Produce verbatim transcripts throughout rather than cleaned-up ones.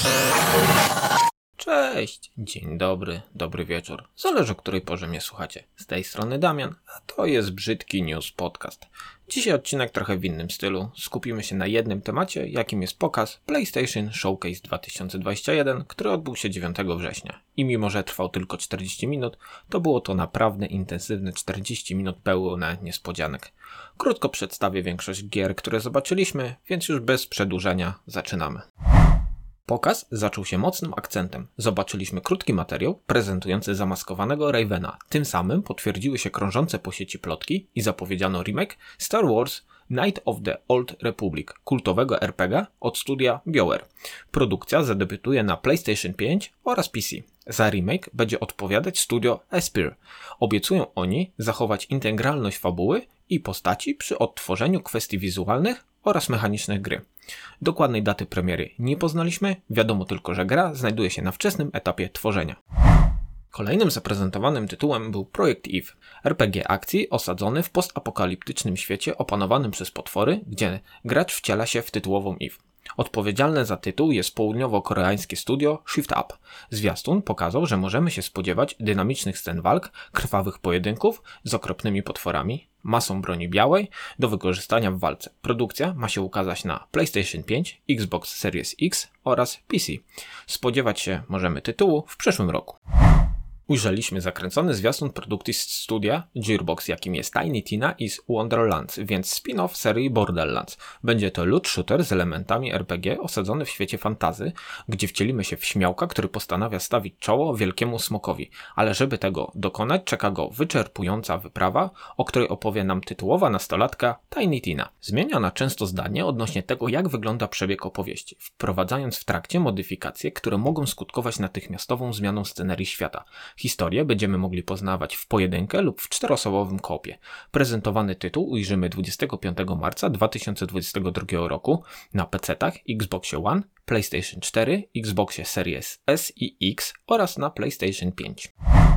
Cześć, dzień dobry, dobry wieczór. Zależy, o której porze mnie słuchacie. Z tej strony Damian, a to jest Brzydki News Podcast. Dzisiaj odcinek trochę w innym stylu. Skupimy się na jednym temacie, jakim jest pokaz PlayStation Showcase dwa tysiące dwudziesty pierwszy, który odbył się dziewiątego września. I mimo, że trwał tylko czterdzieści minut, to było to naprawdę intensywne czterdzieści minut pełne niespodzianek. Krótko przedstawię większość gier, które zobaczyliśmy, więc już bez przedłużania zaczynamy. Pokaz zaczął się mocnym akcentem. Zobaczyliśmy krótki materiał prezentujący zamaskowanego Ravena. Tym samym potwierdziły się krążące po sieci plotki i zapowiedziano remake Star Wars Knights of the Old Republic, kultowego er pe gie od studia BioWare. Produkcja zadebiutuje na PlayStation pięć oraz P C. Za remake będzie odpowiadać studio Aspyr. Obiecują oni zachować integralność fabuły i postaci przy odtworzeniu kwestii wizualnych oraz mechanicznych gry. Dokładnej daty premiery nie poznaliśmy, wiadomo tylko, że gra znajduje się na wczesnym etapie tworzenia. Kolejnym zaprezentowanym tytułem był Projekt Eve, er pe gie akcji osadzony w postapokaliptycznym świecie opanowanym przez potwory, gdzie gracz wciela się w tytułową Eve. Odpowiedzialne za tytuł jest południowo-koreańskie studio Shift Up. Zwiastun pokazał, że możemy się spodziewać dynamicznych scen walk, krwawych pojedynków z okropnymi potworami, masą broni białej do wykorzystania w walce. Produkcja ma się ukazać na PlayStation pięć, Xbox Series X oraz P C. Spodziewać się możemy tytułu w przyszłym roku. Ujrzeliśmy zakręcony zwiastun produkcji z studia Gearbox, jakim jest Tiny Tina is Wonderlands, więc spin-off serii Borderlands. Będzie to loot shooter z elementami er pe gie osadzony w świecie fantazy, gdzie wcielimy się w śmiałka, który postanawia stawić czoło wielkiemu smokowi. Ale żeby tego dokonać, czeka go wyczerpująca wyprawa, o której opowie nam tytułowa nastolatka Tiny Tina. Zmienia ona często zdanie odnośnie tego, jak wygląda przebieg opowieści, wprowadzając w trakcie modyfikacje, które mogą skutkować natychmiastową zmianą scenerii świata. Historię będziemy mogli poznawać w pojedynkę lub w czteroosobowym koopie. Prezentowany tytuł ujrzymy dwudziestego piątego marca dwa tysiące dwudziestego drugiego roku na pecetach, Xboxie One, PlayStation cztery, Xboxie Series S i X oraz na PlayStation pięć.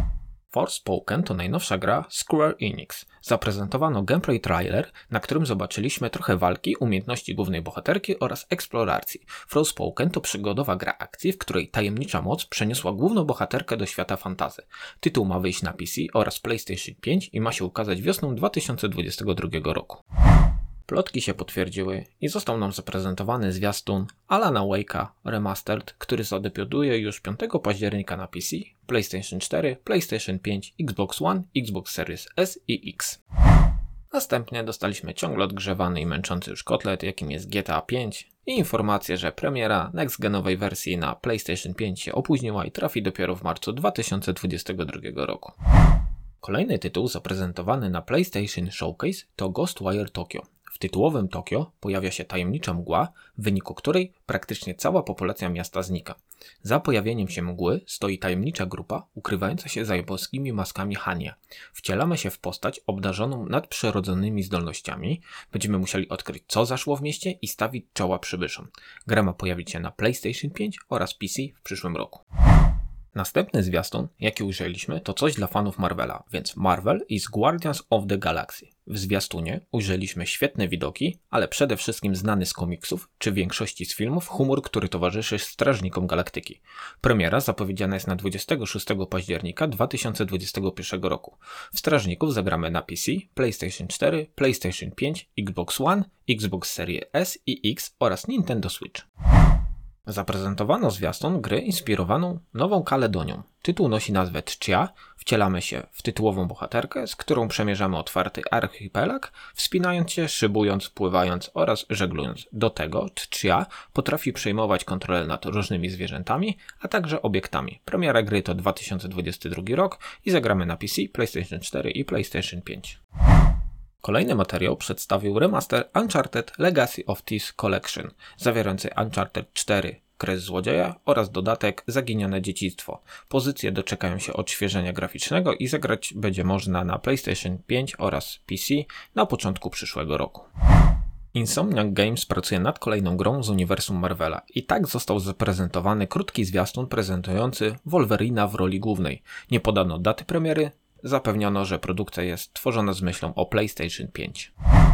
Forspoken to najnowsza gra Square Enix. Zaprezentowano gameplay trailer, na którym zobaczyliśmy trochę walki, umiejętności głównej bohaterki oraz eksploracji. Forspoken to przygodowa gra akcji, w której tajemnicza moc przeniosła główną bohaterkę do świata fantazy. Tytuł ma wyjść na P C oraz PlayStation pięć i ma się ukazać wiosną dwa tysiące dwudziestego drugiego roku. Plotki się potwierdziły i został nam zaprezentowany zwiastun Alana Wake'a Remastered, który zadebiutuje już piątego października na P C, PlayStation cztery, PlayStation pięć, Xbox One, Xbox Series S i X. Następnie dostaliśmy ciągle odgrzewany i męczący już kotlet, jakim jest G T A pięć i informację, że premiera next-genowej wersji na PlayStation pięć się opóźniła i trafi dopiero w marcu dwa tysiące dwudziestego drugiego roku. Kolejny tytuł zaprezentowany na PlayStation Showcase to Ghostwire Tokyo. W tytułowym Tokio pojawia się tajemnicza mgła, w wyniku której praktycznie cała populacja miasta znika. Za pojawieniem się mgły stoi tajemnicza grupa ukrywająca się za japońskimi maskami Hanya. Wcielamy się w postać obdarzoną nadprzyrodzonymi zdolnościami. Będziemy musieli odkryć, co zaszło w mieście i stawić czoła przybyszom. Gra ma pojawić się na PlayStation pięć oraz P C w przyszłym roku. Następny zwiastun, jaki ujrzeliśmy, to coś dla fanów Marvela, więc Marvel is Guardians of the Galaxy. W zwiastunie ujrzeliśmy świetne widoki, ale przede wszystkim znany z komiksów, czy większości z filmów, humor, który towarzyszy Strażnikom Galaktyki. Premiera zapowiedziana jest na dwudziestego szóstego października dwa tysiące dwudziestego pierwszego roku. W Strażników zagramy na P C, PlayStation cztery, PlayStation pięć, Xbox One, Xbox Series S i X oraz Nintendo Switch. Zaprezentowano zwiastun gry inspirowaną Nową Kaledonią. Tytuł nosi nazwę Tchia, wcielamy się w tytułową bohaterkę, z którą przemierzamy otwarty archipelag, wspinając się, szybując, pływając oraz żeglując. Do tego Tchia potrafi przejmować kontrolę nad różnymi zwierzętami, a także obiektami. Premiera gry to dwa tysiące dwudziesty drugi rok i zagramy na P C, PlayStation cztery i PlayStation pięć. Kolejny materiał przedstawił remaster Uncharted Legacy of Thieves Collection, zawierający Uncharted cztery Kres Złodzieja oraz dodatek Zaginione Dzieciństwo. Pozycje doczekają się odświeżenia graficznego i zagrać będzie można na PlayStation pięć oraz P C na początku przyszłego roku. Insomniac Games pracuje nad kolejną grą z uniwersum Marvela i tak został zaprezentowany krótki zwiastun prezentujący Wolverina w roli głównej. Nie podano daty premiery, zapewniono, że produkcja jest tworzona z myślą o PlayStation pięć.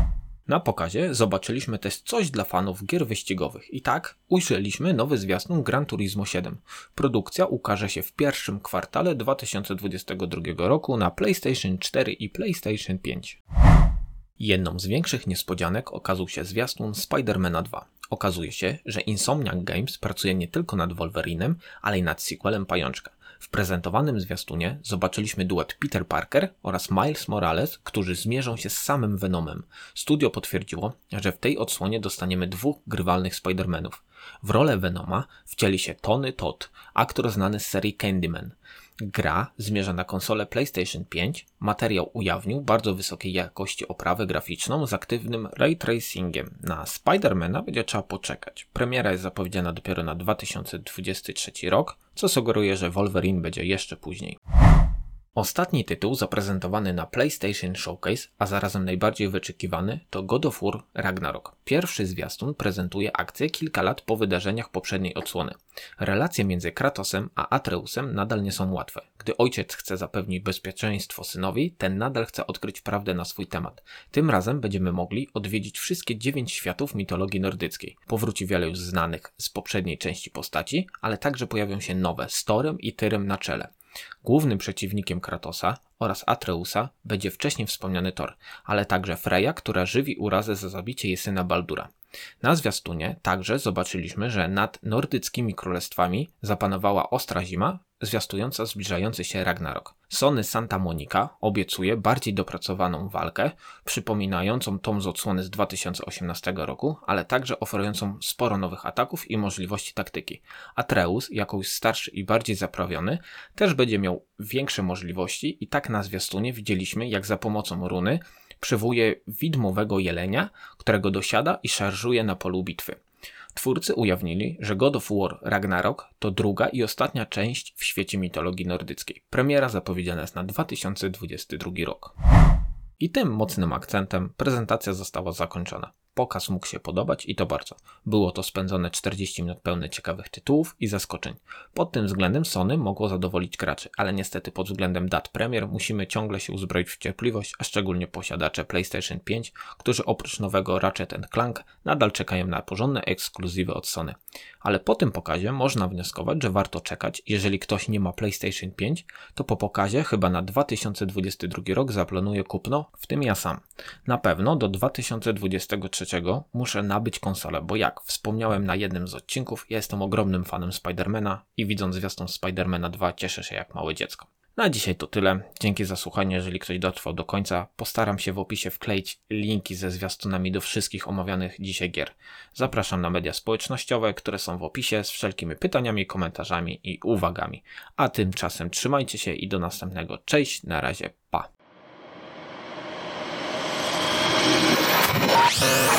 Na pokazie zobaczyliśmy też coś dla fanów gier wyścigowych. I tak ujrzeliśmy nowy zwiastun Gran Turismo siedem. Produkcja ukaże się w pierwszym kwartale dwa tysiące dwudziestego drugiego roku na PlayStation cztery i PlayStation pięć. Jedną z większych niespodzianek okazał się zwiastun Spider-Mana dwa. Okazuje się, że Insomniac Games pracuje nie tylko nad Wolverinem, ale i nad sequelem Pajączka. W prezentowanym zwiastunie zobaczyliśmy duet Peter Parker oraz Miles Morales, którzy zmierzą się z samym Venomem. Studio potwierdziło, że w tej odsłonie dostaniemy dwóch grywalnych Spider-Manów. W rolę Venoma wcieli się Tony Todd, aktor znany z serii Candyman. Gra zmierza na konsolę PlayStation pięć, materiał ujawnił bardzo wysokiej jakości oprawę graficzną z aktywnym ray tracingiem. Na Spider-Mana będzie trzeba poczekać. Premiera jest zapowiedziana dopiero na dwa tysiące dwudziesty trzeci rok, co sugeruje, że Wolverine będzie jeszcze później. Ostatni tytuł zaprezentowany na PlayStation Showcase, a zarazem najbardziej wyczekiwany, to God of War Ragnarok. Pierwszy zwiastun prezentuje akcję kilka lat po wydarzeniach poprzedniej odsłony. Relacje między Kratosem a Atreusem nadal nie są łatwe. Gdy ojciec chce zapewnić bezpieczeństwo synowi, ten nadal chce odkryć prawdę na swój temat. Tym razem będziemy mogli odwiedzić wszystkie dziewięć światów mitologii nordyckiej. Powróci wiele już znanych z poprzedniej części postaci, ale także pojawią się nowe z Thorem i Tyrem na czele. Głównym przeciwnikiem Kratosa oraz Atreusa będzie wcześniej wspomniany Thor, ale także Freya, która żywi urazę za zabicie jej syna Baldura. Na zwiastunie także zobaczyliśmy, że nad nordyckimi królestwami zapanowała ostra zima, zwiastująca zbliżający się Ragnarok. Sony Santa Monica obiecuje bardziej dopracowaną walkę, przypominającą tą z odsłony z dwa tysiące osiemnastego roku, ale także oferującą sporo nowych ataków i możliwości taktyki. Atreus, jako już starszy i bardziej zaprawiony, też będzie miał większe możliwości i tak na zwiastunie widzieliśmy, jak za pomocą runy przywołuje widmowego jelenia, którego dosiada i szarżuje na polu bitwy. Twórcy ujawnili, że God of War Ragnarok to druga i ostatnia część w świecie mitologii nordyckiej. Premiera zapowiedziana jest na dwa tysiące dwudziesty drugi rok. I tym mocnym akcentem prezentacja została zakończona. Pokaz mógł się podobać i to bardzo. Było to spędzone czterdzieści minut pełne ciekawych tytułów i zaskoczeń. Pod tym względem Sony mogło zadowolić graczy, ale niestety pod względem dat premier musimy ciągle się uzbroić w cierpliwość, a szczególnie posiadacze PlayStation pięć, którzy oprócz nowego Ratchet and Clank nadal czekają na porządne ekskluzywy od Sony. Ale po tym pokazie można wnioskować, że warto czekać. Jeżeli ktoś nie ma PlayStation pięć, to po pokazie chyba na dwa tysiące dwudziesty drugi rok zaplanuje kupno, w tym ja sam. Na pewno do dwa tysiące dwudziestego trzeciego muszę nabyć konsolę, bo jak wspomniałem na jednym z odcinków, ja jestem ogromnym fanem Spidermana i widząc zwiastun Spidermana dwa cieszę się jak małe dziecko. Na dzisiaj to tyle. Dzięki za słuchanie. Jeżeli ktoś dotrwał do końca, postaram się w opisie wkleić linki ze zwiastunami do wszystkich omawianych dzisiaj gier. Zapraszam na media społecznościowe, które są w opisie z wszelkimi pytaniami, komentarzami i uwagami. A tymczasem trzymajcie się i do następnego. Cześć, na razie, pa.